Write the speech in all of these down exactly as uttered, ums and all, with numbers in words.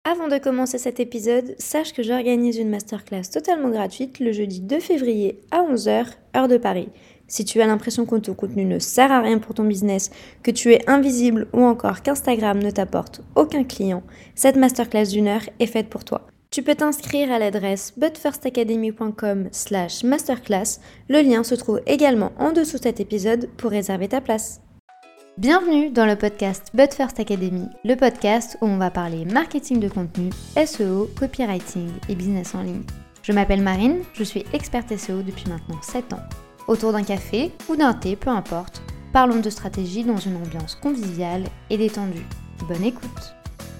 Avant de commencer cet épisode, sache que j'organise une masterclass totalement gratuite le jeudi deux février à onze heures, heure de Paris. Si tu as l'impression que ton contenu ne sert à rien pour ton business, que tu es invisible ou encore qu'Instagram ne t'apporte aucun client, cette masterclass d'une heure est faite pour toi. Tu peux t'inscrire à l'adresse butfirstacademy point com slash masterclass. Le lien se trouve également en dessous de cet épisode pour réserver ta place. Bienvenue dans le podcast But First Academy, le podcast où on va parler marketing de contenu, S E O, copywriting et business en ligne. Je m'appelle Marine, je suis experte S E O depuis maintenant sept ans. Autour d'un café ou d'un thé, peu importe, parlons de stratégie dans une ambiance conviviale et détendue. Bonne écoute!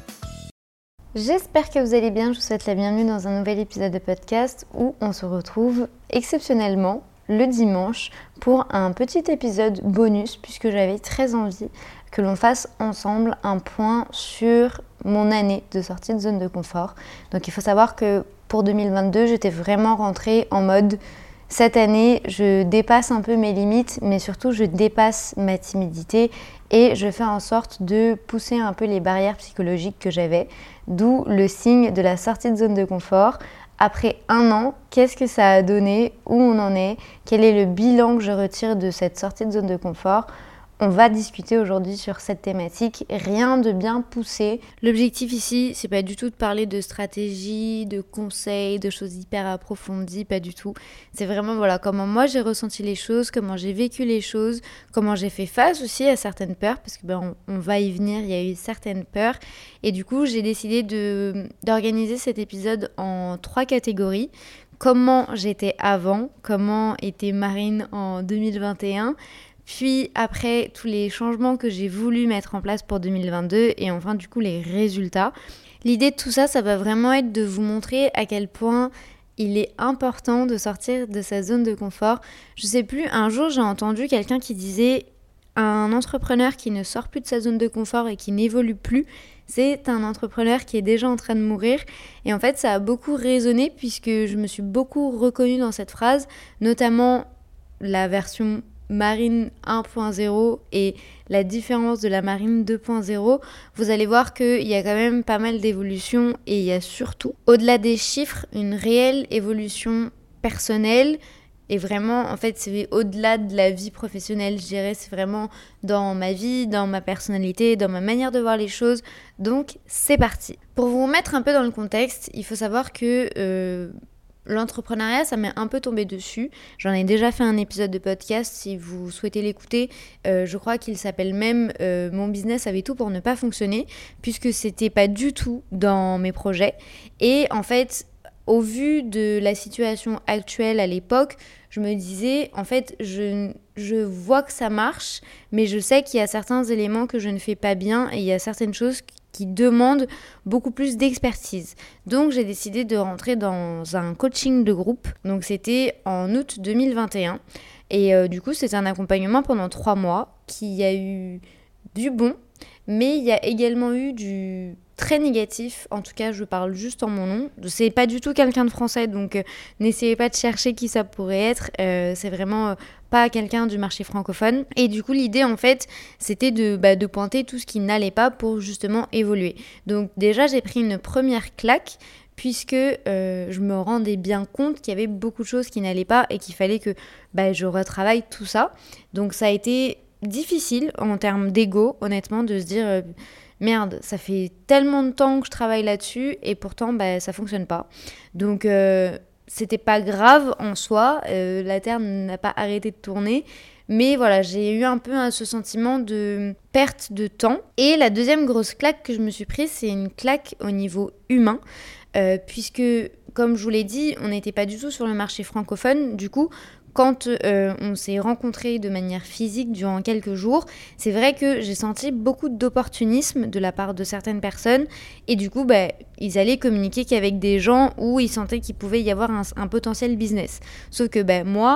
J'espère que vous allez bien, je vous souhaite la bienvenue dans un nouvel épisode de podcast où on se retrouve exceptionnellement le dimanche pour un petit épisode bonus puisque j'avais très envie que l'on fasse ensemble un point sur mon année de sortie de zone de confort. Donc il faut savoir que pour deux mille vingt-deux, j'étais vraiment rentrée en mode cette année, je dépasse un peu mes limites, mais surtout je dépasse ma timidité et je fais en sorte de pousser un peu les barrières psychologiques que j'avais, d'où le signe de la sortie de zone de confort. Après un an, qu'est-ce que ça a donné? Où on en est? Quel est le bilan que je retire de cette sortie de zone de confort? On va discuter aujourd'hui sur cette thématique, rien de bien poussé. L'objectif ici, c'est pas du tout de parler de stratégie, de conseils, de choses hyper approfondies, pas du tout. C'est vraiment voilà comment moi j'ai ressenti les choses, comment j'ai vécu les choses, comment j'ai fait face aussi à certaines peurs, parce que ben on, on va y venir, il y a eu certaines peurs. Et du coup, j'ai décidé de, d'organiser cet épisode en trois catégories. Comment j'étais avant, comment était Marine en deux mille vingt et un, puis après tous les changements que j'ai voulu mettre en place pour deux mille vingt-deux et enfin du coup les résultats. L'idée de tout ça, ça va vraiment être de vous montrer à quel point il est important de sortir de sa zone de confort. Je sais plus, un jour j'ai entendu quelqu'un qui disait un entrepreneur qui ne sort plus de sa zone de confort et qui n'évolue plus, c'est un entrepreneur qui est déjà en train de mourir. Et en fait, ça a beaucoup résonné puisque je me suis beaucoup reconnue dans cette phrase, notamment la version Marine un point zéro et la différence de la Marine deux point zéro, vous allez voir qu'il y a quand même pas mal d'évolutions et il y a surtout, au-delà des chiffres, une réelle évolution personnelle. Et vraiment, en fait, c'est au-delà de la vie professionnelle, je dirais, c'est vraiment dans ma vie, dans ma personnalité, dans ma manière de voir les choses. Donc, c'est parti. Pour vous remettre un peu dans le contexte, il faut savoir que euh, l'entrepreneuriat, ça m'est un peu tombé dessus. J'en ai déjà fait un épisode de podcast, si vous souhaitez l'écouter. Euh, je crois qu'il s'appelle même euh, « Mon business avait tout pour ne pas fonctionner », puisque c'était pas du tout dans mes projets. Et en fait, au vu de la situation actuelle à l'époque, je me disais, en fait, je, je vois que ça marche, mais je sais qu'il y a certains éléments que je ne fais pas bien et il y a certaines choses qui demandent beaucoup plus d'expertise. Donc, j'ai décidé de rentrer dans un coaching de groupe. Donc, c'était en août deux mille vingt et un. Et euh, du coup, c'était un accompagnement pendant trois mois qui a eu du bon, mais il y a également eu du très négatif, en tout cas je parle juste en mon nom, c'est pas du tout quelqu'un de français donc euh, n'essayez pas de chercher qui ça pourrait être, euh, c'est vraiment euh, pas quelqu'un du marché francophone et du coup l'idée en fait c'était de, bah, de pointer tout ce qui n'allait pas pour justement évoluer. Donc déjà j'ai pris une première claque puisque euh, je me rendais bien compte qu'il y avait beaucoup de choses qui n'allaient pas et qu'il fallait que bah, je retravaille tout ça. Donc ça a été difficile en termes d'ego honnêtement de se dire euh, merde, ça fait tellement de temps que je travaille là-dessus et pourtant bah, ça fonctionne pas. Donc euh, c'était pas grave en soi, euh, la Terre n'a pas arrêté de tourner, mais voilà, j'ai eu un peu hein, ce sentiment de perte de temps. Et la deuxième grosse claque que je me suis prise, c'est une claque au niveau humain, euh, puisque comme je vous l'ai dit, on n'était pas du tout sur le marché francophone, du coup quand euh, on s'est rencontrés de manière physique durant quelques jours, c'est vrai que j'ai senti beaucoup d'opportunisme de la part de certaines personnes et du coup, bah, ils allaient communiquer qu'avec des gens où ils sentaient qu'il pouvait y avoir un, un potentiel business. Sauf que bah, moi,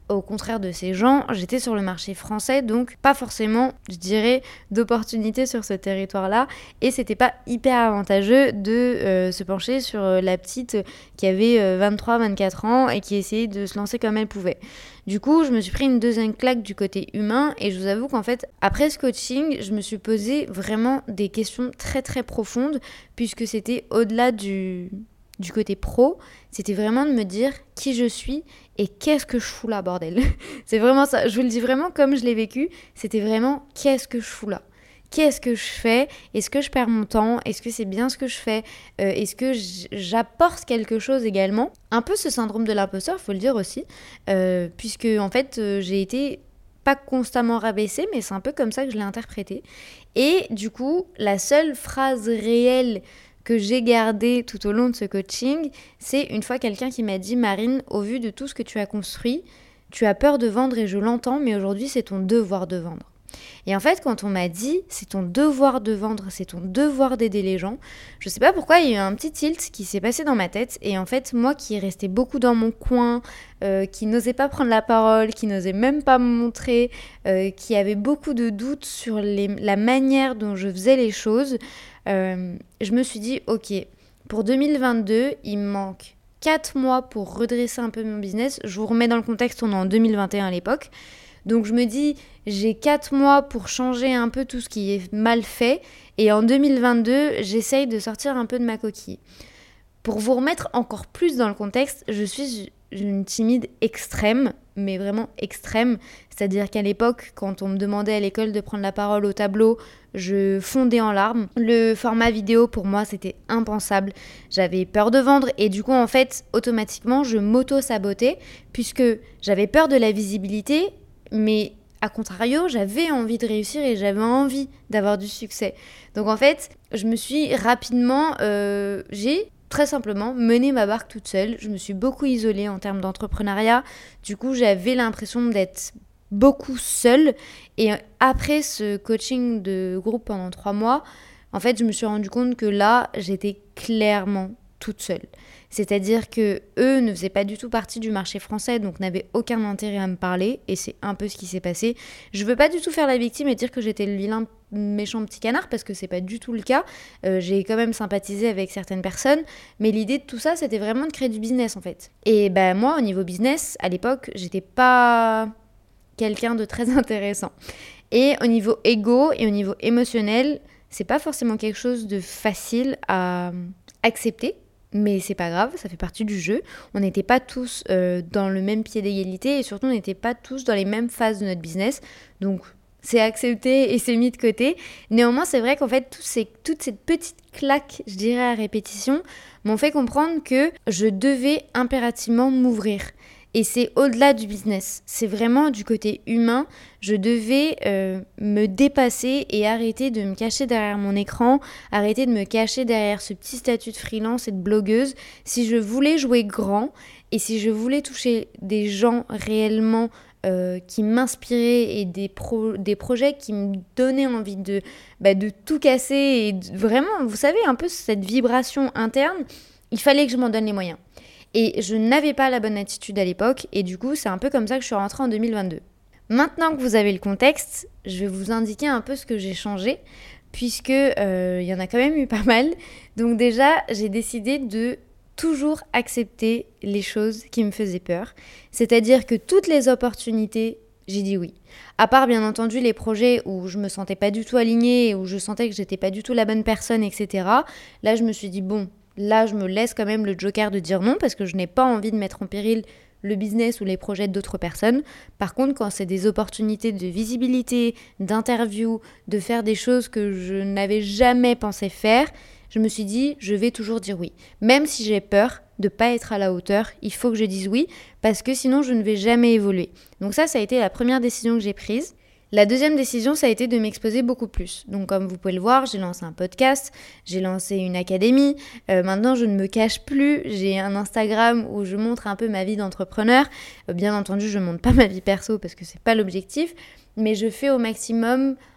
au contraire de ces gens, j'étais sur le marché français, donc pas forcément, je dirais, d'opportunités sur ce territoire-là. Et c'était pas hyper avantageux de euh, se pencher sur euh, la petite qui avait euh, vingt-trois vingt-quatre ans et qui essayait de se lancer comme elle pouvait. Du coup, je me suis pris une deuxième claque du côté humain et je vous avoue qu'en fait, après ce coaching, je me suis posé vraiment des questions très très profondes puisque c'était au-delà du... du côté pro, c'était vraiment de me dire qui je suis et qu'est-ce que je fous là, bordel. C'est vraiment ça, je vous le dis vraiment comme je l'ai vécu, c'était vraiment qu'est-ce que je fous là. Qu'est-ce que je fais ? Est-ce que je perds mon temps ? Est-ce que c'est bien ce que je fais ? euh, Est-ce que j'apporte quelque chose également ? Un peu ce syndrome de l'imposteur, il faut le dire aussi, euh, puisque en fait euh, j'ai été pas constamment rabaissée, mais c'est un peu comme ça que je l'ai interprété. Et du coup, la seule phrase réelle que j'ai gardé tout au long de ce coaching, c'est une fois quelqu'un qui m'a dit « Marine, au vu de tout ce que tu as construit, tu as peur de vendre et je l'entends, mais aujourd'hui c'est ton devoir de vendre. » Et en fait, quand on m'a dit « c'est ton devoir de vendre, c'est ton devoir d'aider les gens », je sais pas pourquoi, il y a eu un petit tilt qui s'est passé dans ma tête. Et en fait, moi qui restais beaucoup dans mon coin, euh, qui n'osais pas prendre la parole, qui n'osais même pas me montrer, euh, qui avait beaucoup de doutes sur les, la manière dont je faisais les choses, euh, je me suis dit « ok, pour deux mille vingt-deux, il me manque quatre mois pour redresser un peu mon business. » Je vous remets dans le contexte, on est en deux mille vingt et un à l'époque. Donc je me dis, j'ai quatre mois pour changer un peu tout ce qui est mal fait. Et en deux mille vingt-deux, j'essaye de sortir un peu de ma coquille. Pour vous remettre encore plus dans le contexte, je suis une timide extrême, mais vraiment extrême. C'est-à-dire qu'à l'époque, quand on me demandait à l'école de prendre la parole au tableau, je fondais en larmes. Le format vidéo, pour moi, c'était impensable. J'avais peur de vendre et du coup, en fait, automatiquement, je m'auto-sabotais puisque j'avais peur de la visibilité. Mais à contrario, j'avais envie de réussir et j'avais envie d'avoir du succès. Donc en fait, je me suis rapidement, euh, j'ai très simplement mené ma barque toute seule. Je me suis beaucoup isolée en termes d'entrepreneuriat. Du coup, j'avais l'impression d'être beaucoup seule. Et après ce coaching de groupe pendant trois mois, en fait, je me suis rendu compte que là, j'étais clairement toute seule. C'est-à-dire que eux ne faisaient pas du tout partie du marché français, donc n'avaient aucun intérêt à me parler, et c'est un peu ce qui s'est passé. Je veux pas du tout faire la victime et dire que j'étais le vilain méchant petit canard, parce que c'est pas du tout le cas. Euh, j'ai quand même sympathisé avec certaines personnes, mais l'idée de tout ça, c'était vraiment de créer du business en fait. Et ben moi, au niveau business, à l'époque, j'étais pas quelqu'un de très intéressant. Et au niveau égo et au niveau émotionnel, c'est pas forcément quelque chose de facile à accepter. Mais c'est pas grave, ça fait partie du jeu. On n'était pas tous euh, dans le même pied d'égalité et surtout on n'était pas tous dans les mêmes phases de notre business. Donc c'est accepté et c'est mis de côté. Néanmoins, c'est vrai qu'en fait, toutes ces, toutes ces petites claques, je dirais à répétition, m'ont fait comprendre que je devais impérativement m'ouvrir. Et c'est au-delà du business, c'est vraiment du côté humain. Je devais euh, me dépasser et arrêter de me cacher derrière mon écran, arrêter de me cacher derrière ce petit statut de freelance et de blogueuse. Si je voulais jouer grand et si je voulais toucher des gens réellement euh, qui m'inspiraient et des, pro- des projets qui me donnaient envie de, bah, de tout casser et de, vraiment, vous savez, un peu cette vibration interne, il fallait que je m'en donne les moyens. Et je n'avais pas la bonne attitude à l'époque, et du coup, c'est un peu comme ça que je suis rentrée en deux mille vingt-deux. Maintenant que vous avez le contexte, je vais vous indiquer un peu ce que j'ai changé, puisque euh, y en a quand même eu pas mal. Donc déjà, j'ai décidé de toujours accepter les choses qui me faisaient peur. C'est-à-dire que toutes les opportunités, j'ai dit oui. À part, bien entendu, les projets où je me sentais pas du tout alignée, où je sentais que j'étais pas du tout la bonne personne, et cetera. Là, je me suis dit, bon... Là, je me laisse quand même le joker de dire non parce que je n'ai pas envie de mettre en péril le business ou les projets d'autres personnes. Par contre, quand c'est des opportunités de visibilité, d'interview, de faire des choses que je n'avais jamais pensé faire, je me suis dit, je vais toujours dire oui. Même si j'ai peur de ne pas être à la hauteur, il faut que je dise oui parce que sinon, je ne vais jamais évoluer. Donc ça, ça a été la première décision que j'ai prise. La deuxième décision, ça a été de m'exposer beaucoup plus. Donc comme vous pouvez le voir, j'ai lancé un podcast, j'ai lancé une académie. Euh, maintenant, je ne me cache plus. J'ai un Instagram où je montre un peu ma vie d'entrepreneur. Euh, bien entendu, je ne montre pas ma vie perso parce que c'est pas l'objectif. Mais je fais au maximum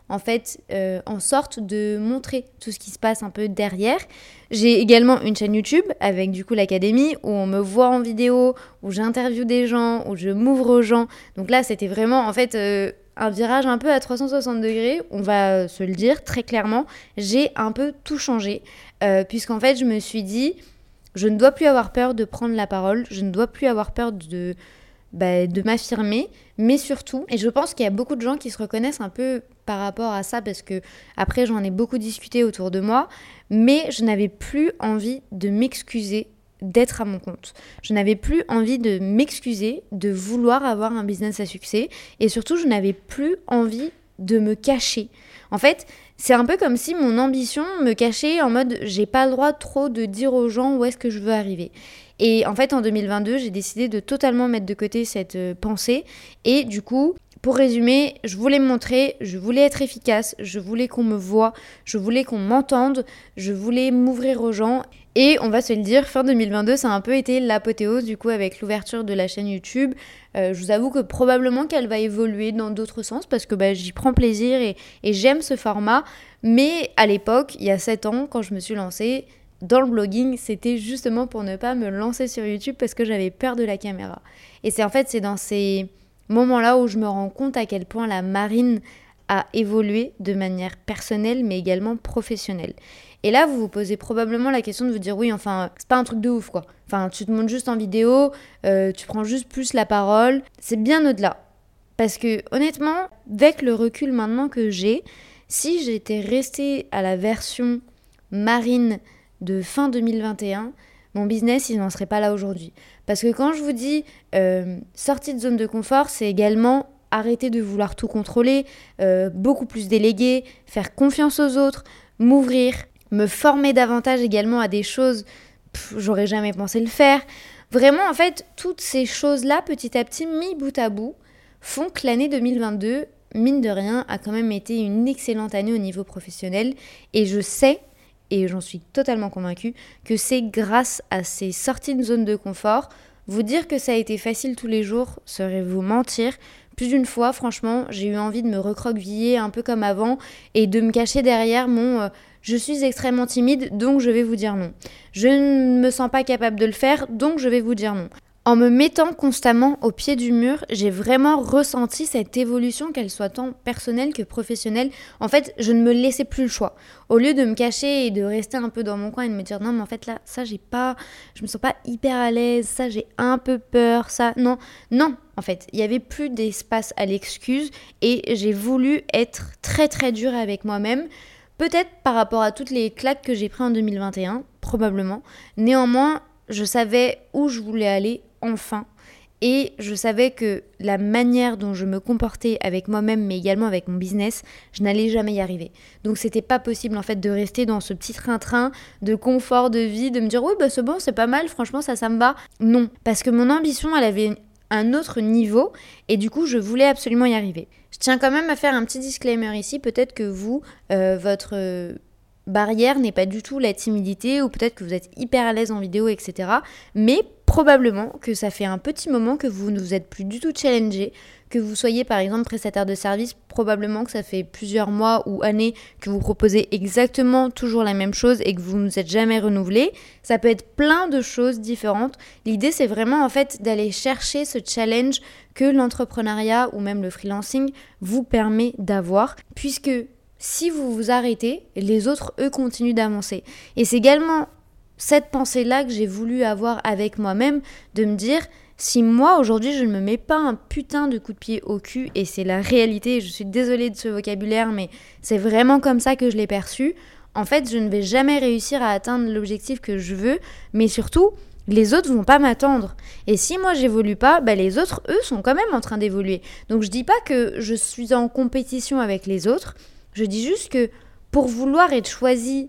en fait euh, en sorte de montrer tout ce qui se passe un peu derrière. J'ai également une chaîne YouTube avec du coup l'académie où on me voit en vidéo, où j'interviewe des gens, où je m'ouvre aux gens. Donc là c'était vraiment en fait euh, un virage un peu à trois cent soixante degrés, on va se le dire très clairement. J'ai un peu tout changé euh, puisqu'en fait je me suis dit je ne dois plus avoir peur de prendre la parole, je ne dois plus avoir peur de... Bah, de m'affirmer, mais surtout, et je pense qu'il y a beaucoup de gens qui se reconnaissent un peu par rapport à ça, parce que après j'en ai beaucoup discuté autour de moi, mais je n'avais plus envie de m'excuser d'être à mon compte. Je n'avais plus envie de m'excuser de vouloir avoir un business à succès, et surtout je n'avais plus envie de me cacher. En fait, c'est un peu comme si mon ambition me cachait en mode j'ai pas le droit trop de dire aux gens où est-ce que je veux arriver. Et en fait, en deux mille vingt-deux, j'ai décidé de totalement mettre de côté cette euh, pensée. Et du coup, pour résumer, je voulais me montrer, je voulais être efficace, je voulais qu'on me voie, je voulais qu'on m'entende, je voulais m'ouvrir aux gens. Et on va se le dire, fin deux mille vingt-deux, ça a un peu été l'apothéose du coup avec l'ouverture de la chaîne YouTube. Euh, je vous avoue que probablement qu'elle va évoluer dans d'autres sens parce que bah, j'y prends plaisir et, et j'aime ce format. Mais à l'époque, il y a sept ans, quand je me suis lancée, dans le blogging, c'était justement pour ne pas me lancer sur YouTube parce que j'avais peur de la caméra. Et c'est en fait, c'est dans ces moments-là où je me rends compte à quel point la marine a évolué de manière personnelle mais également professionnelle. Et là, vous vous posez probablement la question de vous dire oui, enfin, c'est pas un truc de ouf quoi. Enfin, tu te montres juste en vidéo, euh, tu prends juste plus la parole. C'est bien au-delà. Parce que honnêtement, avec le recul maintenant que j'ai, si j'étais restée à la version marine de fin deux mille vingt et un, mon business, il n'en serait pas là aujourd'hui. Parce que quand je vous dis euh, sortie de zone de confort, c'est également arrêter de vouloir tout contrôler, euh, beaucoup plus déléguer, faire confiance aux autres, m'ouvrir, me former davantage également à des choses, pff, j'aurais jamais pensé le faire. Vraiment, en fait, toutes ces choses-là, petit à petit, mis bout à bout, font que l'année deux mille vingt-deux, mine de rien, a quand même été une excellente année au niveau professionnel. Et je sais, et j'en suis totalement convaincue, que c'est grâce à ces sorties de zone de confort. Vous dire que ça a été facile tous les jours serait vous mentir. Plus d'une fois, franchement, j'ai eu envie de me recroqueviller un peu comme avant et de me cacher derrière mon euh, « je suis extrêmement timide, donc je vais vous dire non ». Je ne me sens pas capable de le faire, donc je vais vous dire non. En me mettant constamment au pied du mur, j'ai vraiment ressenti cette évolution, qu'elle soit tant personnelle que professionnelle. En fait, je ne me laissais plus le choix. Au lieu de me cacher et de rester un peu dans mon coin et de me dire non, mais en fait là, ça j'ai pas, je me sens pas hyper à l'aise, ça j'ai un peu peur, ça non, non. En fait, il y avait plus d'espace à l'excuse et j'ai voulu être très très dure avec moi-même. Peut-être par rapport à toutes les claques que j'ai prises en deux mille vingt et un, probablement. Néanmoins, je savais où je voulais aller enfin, et je savais que la manière dont je me comportais avec moi-même mais également avec mon business, je n'allais jamais y arriver. Donc c'était pas possible en fait de rester dans ce petit train-train de confort de vie, de me dire oui bah c'est bon, c'est pas mal, franchement ça ça me va. Non, parce que mon ambition elle avait un autre niveau et du coup je voulais absolument y arriver. Je tiens quand même à faire un petit disclaimer ici, peut-être que vous, euh, votre euh, barrière n'est pas du tout la timidité ou peut-être que vous êtes hyper à l'aise en vidéo, et cetera. Mais probablement que ça fait un petit moment que vous ne vous êtes plus du tout challengé, que vous soyez par exemple prestataire de service, probablement que ça fait plusieurs mois ou années que vous proposez exactement toujours la même chose et que vous ne vous êtes jamais renouvelé. Ça peut être plein de choses différentes. L'idée c'est vraiment en fait d'aller chercher ce challenge que l'entrepreneuriat ou même le freelancing vous permet d'avoir, puisque si vous vous arrêtez, les autres eux continuent d'avancer. Et c'est également cette pensée-là que j'ai voulu avoir avec moi-même, de me dire, si moi aujourd'hui je ne me mets pas un putain de coup de pied au cul, et c'est la réalité, je suis désolée de ce vocabulaire, mais c'est vraiment comme ça que je l'ai perçu, en fait je ne vais jamais réussir à atteindre l'objectif que je veux, mais surtout, les autres vont pas m'attendre. Et si moi j'évolue pas, bah les autres, eux, sont quand même en train d'évoluer. Donc je dis pas que je suis en compétition avec les autres, je dis juste que pour vouloir être choisi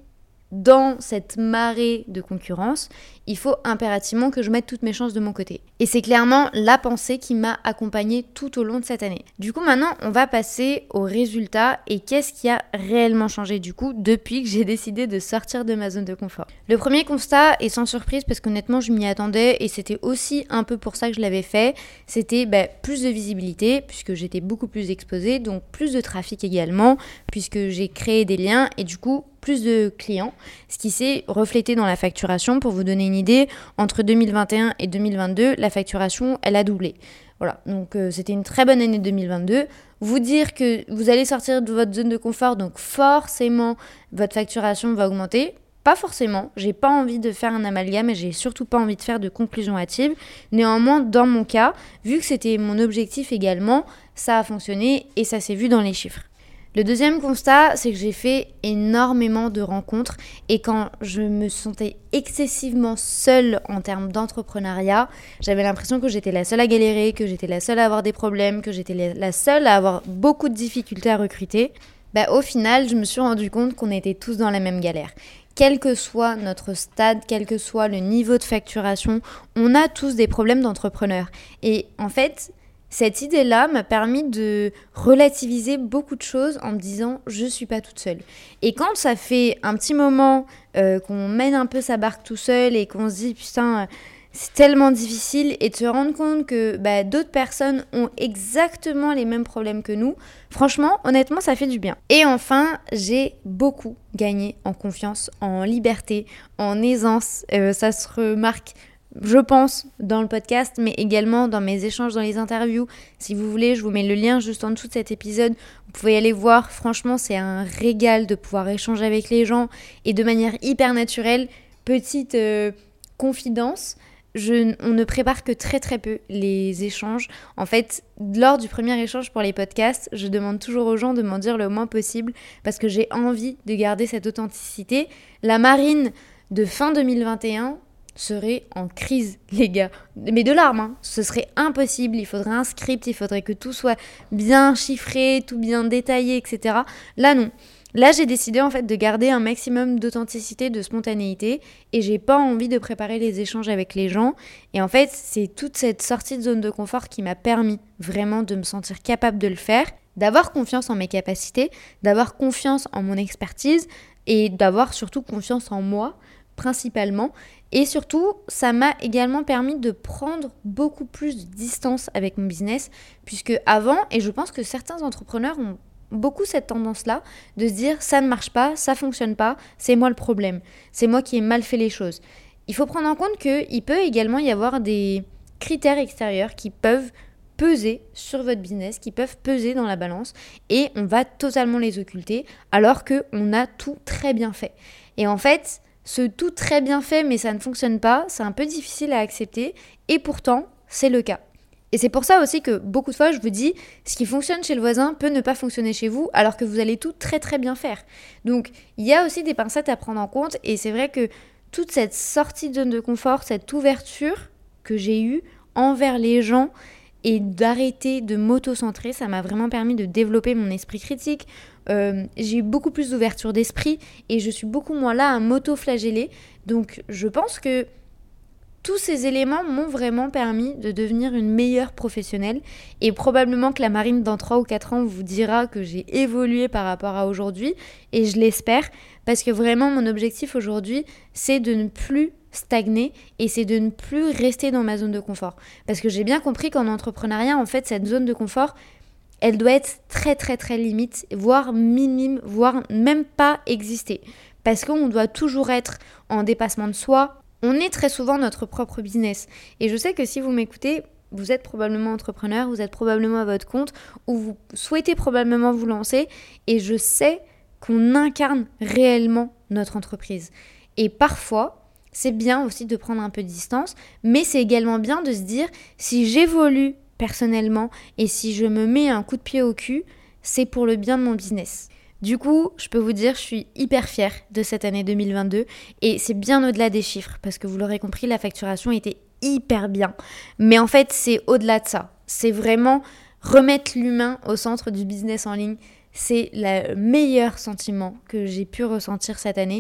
dans cette marée de concurrence, il faut impérativement que je mette toutes mes chances de mon côté. Et c'est clairement la pensée qui m'a accompagnée tout au long de cette année. Du coup, maintenant, on va passer aux résultats et qu'est-ce qui a réellement changé du coup depuis que j'ai décidé de sortir de ma zone de confort. Le premier constat, et sans surprise parce qu'honnêtement, je m'y attendais et c'était aussi un peu pour ça que je l'avais fait, c'était bah, plus de visibilité puisque j'étais beaucoup plus exposée, donc plus de trafic également puisque j'ai créé des liens et du coup, plus de clients, ce qui s'est reflété dans la facturation. Pour vous donner une idée, entre deux mille vingt et un et deux mille vingt-deux, la facturation, elle a doublé. Voilà, donc euh, c'était une très bonne année deux mille vingt-deux. Vous dire que vous allez sortir de votre zone de confort, donc forcément, votre facturation va augmenter. Pas forcément, j'ai pas envie de faire un amalgame et j'ai surtout pas envie de faire de conclusion hâtive. Néanmoins, dans mon cas, vu que c'était mon objectif également, ça a fonctionné et ça s'est vu dans les chiffres. Le deuxième constat, c'est que j'ai fait énormément de rencontres et quand je me sentais excessivement seule en termes d'entrepreneuriat, j'avais l'impression que j'étais la seule à galérer, que j'étais la seule à avoir des problèmes, que j'étais la seule à avoir beaucoup de difficultés à recruter. Bah, au final, je me suis rendu compte qu'on était tous dans la même galère. Quel que soit notre stade, quel que soit le niveau de facturation, on a tous des problèmes d'entrepreneurs. Et en fait, cette idée-là m'a permis de relativiser beaucoup de choses en me disant « je suis pas toute seule ». Et quand ça fait un petit moment euh, qu'on mène un peu sa barque tout seul et qu'on se dit « putain, c'est tellement difficile » et de se rendre compte que bah, d'autres personnes ont exactement les mêmes problèmes que nous, franchement, honnêtement, ça fait du bien. Et enfin, j'ai beaucoup gagné en confiance, en liberté, en aisance. Euh, ça se remarque, je pense, dans le podcast, mais également dans mes échanges dans les interviews. Si vous voulez, je vous mets le lien juste en dessous de cet épisode. Vous pouvez aller voir. Franchement, c'est un régal de pouvoir échanger avec les gens et de manière hyper naturelle. Petite euh, confidence, je, on ne prépare que très très peu les échanges. En fait, lors du premier échange pour les podcasts, je demande toujours aux gens de m'en dire le moins possible parce que j'ai envie de garder cette authenticité. La Marine de fin deux mille vingt et un serait en crise, les gars. Mais de larmes, hein. Ce serait impossible. Il faudrait un script, il faudrait que tout soit bien chiffré, tout bien détaillé, et cetera. Là, non. Là, j'ai décidé en fait de garder un maximum d'authenticité, de spontanéité et j'ai pas envie de préparer les échanges avec les gens. Et en fait, c'est toute cette sortie de zone de confort qui m'a permis vraiment de me sentir capable de le faire, d'avoir confiance en mes capacités, d'avoir confiance en mon expertise et d'avoir surtout confiance en moi, principalement. Et surtout, ça m'a également permis de prendre beaucoup plus de distance avec mon business, puisque avant, et je pense que certains entrepreneurs ont beaucoup cette tendance-là, de se dire ça ne marche pas, ça fonctionne pas, c'est moi le problème, c'est moi qui ai mal fait les choses. Il faut prendre en compte qu'il peut également y avoir des critères extérieurs qui peuvent peser sur votre business, qui peuvent peser dans la balance, et on va totalement les occulter, alors qu'on a tout très bien fait. Et en fait, ce tout très bien fait mais ça ne fonctionne pas, c'est un peu difficile à accepter et pourtant c'est le cas. Et c'est pour ça aussi que beaucoup de fois je vous dis ce qui fonctionne chez le voisin peut ne pas fonctionner chez vous alors que vous allez tout très très bien faire. Donc il y a aussi des pincettes à prendre en compte et c'est vrai que toute cette sortie de zone de confort, cette ouverture que j'ai eue envers les gens et d'arrêter de m'auto-centrer, ça m'a vraiment permis de développer mon esprit critique. Euh, j'ai eu beaucoup plus d'ouverture d'esprit et je suis beaucoup moins là à m'auto-flageller. Donc je pense que tous ces éléments m'ont vraiment permis de devenir une meilleure professionnelle et probablement que la Marine dans trois ou quatre ans vous dira que j'ai évolué par rapport à aujourd'hui et je l'espère parce que vraiment mon objectif aujourd'hui c'est de ne plus stagner et c'est de ne plus rester dans ma zone de confort. Parce que j'ai bien compris qu'en entrepreneuriat, en fait, cette zone de confort, elle doit être très très très limite, voire minime, voire même pas exister. Parce qu'on doit toujours être en dépassement de soi. On est très souvent notre propre business. Et je sais que si vous m'écoutez, vous êtes probablement entrepreneur, vous êtes probablement à votre compte ou vous souhaitez probablement vous lancer. Et je sais qu'on incarne réellement notre entreprise. Et parfois, c'est bien aussi de prendre un peu de distance, mais c'est également bien de se dire si j'évolue personnellement et si je me mets un coup de pied au cul, c'est pour le bien de mon business. Du coup, je peux vous dire, je suis hyper fière de cette année deux mille vingt-deux et c'est bien au-delà des chiffres parce que vous l'aurez compris, la facturation était hyper bien. Mais en fait, c'est au-delà de ça. C'est vraiment remettre l'humain au centre du business en ligne. C'est le meilleur sentiment que j'ai pu ressentir cette année.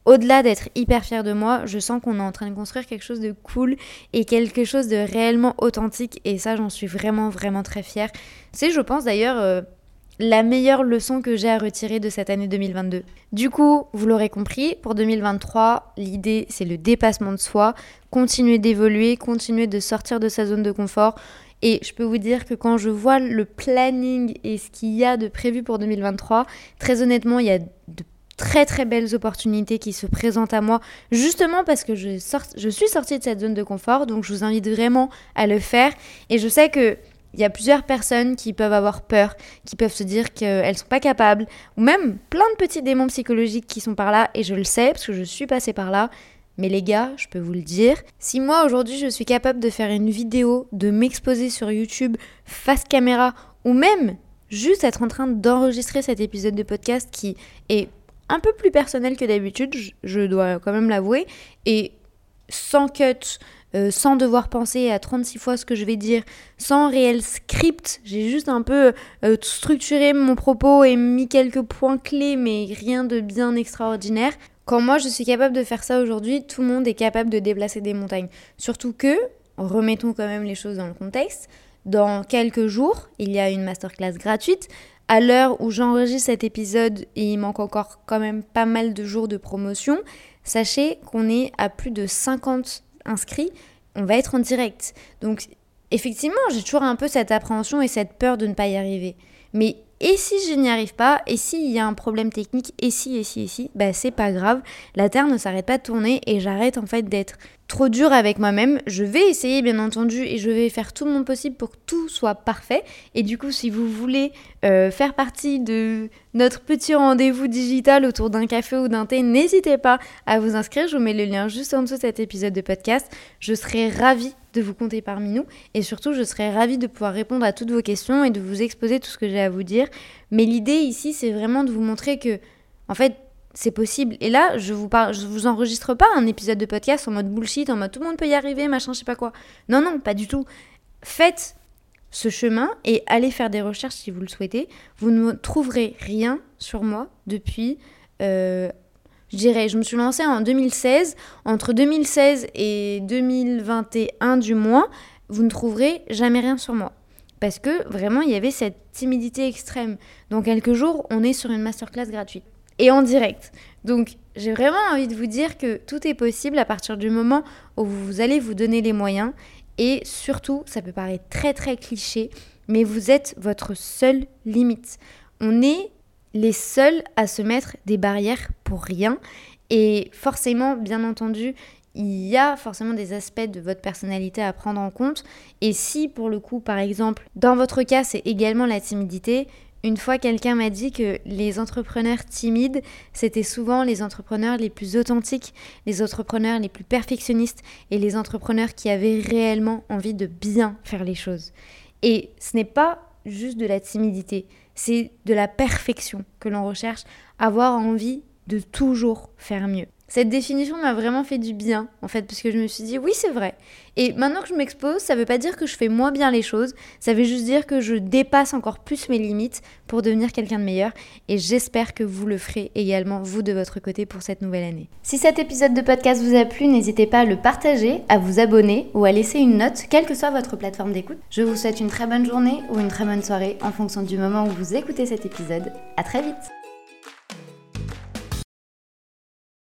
au-delà d'être hyper fière de moi, je sens qu'on est en train de construire quelque chose de cool et quelque chose de réellement authentique. Et ça, j'en suis vraiment, vraiment très fière. C'est, je pense d'ailleurs, euh, la meilleure leçon que j'ai à retirer de cette année deux mille vingt-deux. Du coup, vous l'aurez compris, pour deux mille vingt-trois, l'idée, c'est le dépassement de soi, continuer d'évoluer, continuer de sortir de sa zone de confort. Et je peux vous dire que quand je vois le planning et ce qu'il y a de prévu pour deux mille vingt-trois, très honnêtement, il y a de très très belles opportunités qui se présentent à moi, justement parce que je, sort, je suis sortie de cette zone de confort, donc je vous invite vraiment à le faire. Et je sais que il y a plusieurs personnes qui peuvent avoir peur, qui peuvent se dire qu'elles ne sont pas capables, ou même plein de petits démons psychologiques qui sont par là, et je le sais parce que je suis passée par là. Mais les gars, je peux vous le dire, si moi aujourd'hui je suis capable de faire une vidéo, de m'exposer sur YouTube face caméra, ou même juste être en train d'enregistrer cet épisode de podcast qui est un peu plus personnel que d'habitude, je dois quand même l'avouer, et sans cut, euh, sans devoir penser à trente-six fois ce que je vais dire, sans réel script, j'ai juste un peu euh, structuré mon propos et mis quelques points clés, mais rien de bien extraordinaire. Quand moi je suis capable de faire ça aujourd'hui, tout le monde est capable de déplacer des montagnes. Surtout que, remettons quand même les choses dans le contexte, dans quelques jours, il y a une masterclass gratuite. À l'heure où j'enregistre cet épisode, et il manque encore quand même pas mal de jours de promotion, sachez qu'on est à plus de cinquante inscrits, on va être en direct. Donc effectivement, j'ai toujours un peu cette appréhension et cette peur de ne pas y arriver. Mais et si je n'y arrive pas, et s'il y a un problème technique, et si, et si, et si, bah c'est pas grave, la Terre ne s'arrête pas de tourner et j'arrête en fait d'être trop dure avec moi-même. Je vais essayer bien entendu et je vais faire tout mon possible pour que tout soit parfait. Et du coup, si vous voulez euh, faire partie de notre petit rendez-vous digital autour d'un café ou d'un thé, n'hésitez pas à vous inscrire. Je vous mets le lien juste en dessous de cet épisode de podcast. Je serai ravie de vous compter parmi nous et surtout, je serai ravie de pouvoir répondre à toutes vos questions et de vous exposer tout ce que j'ai à vous dire. Mais l'idée ici, c'est vraiment de vous montrer que, en fait, c'est possible. Et là, je vous parle, je vous enregistre pas un épisode de podcast en mode bullshit, en mode tout le monde peut y arriver, machin, je sais pas quoi. Non, non, pas du tout. Faites ce chemin et allez faire des recherches si vous le souhaitez. Vous ne trouverez rien sur moi depuis, euh, je dirais, je me suis lancée en deux mille seize. Entre deux mille seize et deux mille vingt et un du moins, vous ne trouverez jamais rien sur moi. Parce que vraiment, il y avait cette timidité extrême. Dans quelques jours, on est sur une masterclass gratuite. Et en direct. Donc, j'ai vraiment envie de vous dire que tout est possible à partir du moment où vous allez vous donner les moyens. Et surtout, ça peut paraître très très cliché, mais vous êtes votre seule limite. On est les seuls à se mettre des barrières pour rien. Et forcément, bien entendu, il y a forcément des aspects de votre personnalité à prendre en compte. Et si, pour le coup, par exemple, dans votre cas, c'est également la timidité, une fois, quelqu'un m'a dit que les entrepreneurs timides, c'était souvent les entrepreneurs les plus authentiques, les entrepreneurs les plus perfectionnistes et les entrepreneurs qui avaient réellement envie de bien faire les choses. Et ce n'est pas juste de la timidité, c'est de la perfection que l'on recherche, avoir envie de toujours faire mieux. Cette définition m'a vraiment fait du bien, en fait, parce que je me suis dit, oui, c'est vrai. Et maintenant que je m'expose, ça veut pas dire que je fais moins bien les choses, ça veut juste dire que je dépasse encore plus mes limites pour devenir quelqu'un de meilleur. Et j'espère que vous le ferez également, vous, de votre côté, pour cette nouvelle année. Si cet épisode de podcast vous a plu, n'hésitez pas à le partager, à vous abonner ou à laisser une note, quelle que soit votre plateforme d'écoute. Je vous souhaite une très bonne journée ou une très bonne soirée en fonction du moment où vous écoutez cet épisode. À très vite!